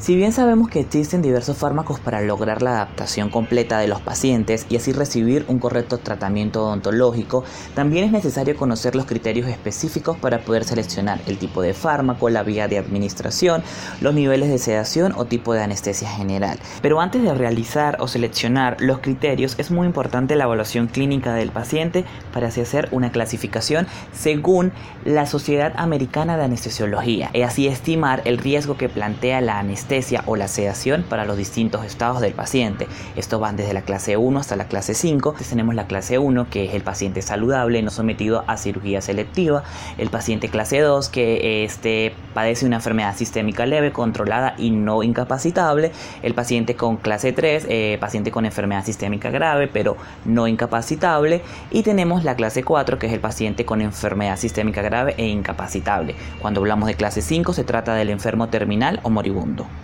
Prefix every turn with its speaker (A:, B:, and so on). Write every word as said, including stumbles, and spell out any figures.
A: Si bien sabemos que existen diversos fármacos para lograr la adaptación completa de los pacientes y así recibir un correcto tratamiento odontológico, también es necesario conocer los criterios específicos para poder seleccionar el tipo de fármaco, la vía de administración, los niveles de sedación o tipo de anestesia general. Pero antes de realizar o seleccionar los criterios, es muy importante la evaluación clínica del paciente para así hacer una clasificación según la Sociedad Americana de Anestesiología y así estimar el riesgo que plantea la anestesia o la sedación para los distintos estados del paciente. Esto va desde la clase uno hasta la clase cinco. Entonces tenemos la clase uno, que es el paciente saludable, no sometido a cirugía selectiva. El paciente clase dos, que este, padece una enfermedad sistémica leve, controlada y no incapacitable. El paciente con clase tres, eh, paciente con enfermedad sistémica grave, pero no incapacitable. Y tenemos la clase cuatro, que es el paciente con enfermedad sistémica grave e incapacitable. Cuando hablamos de clase cinco, se trata del enfermo terminal o moribundo.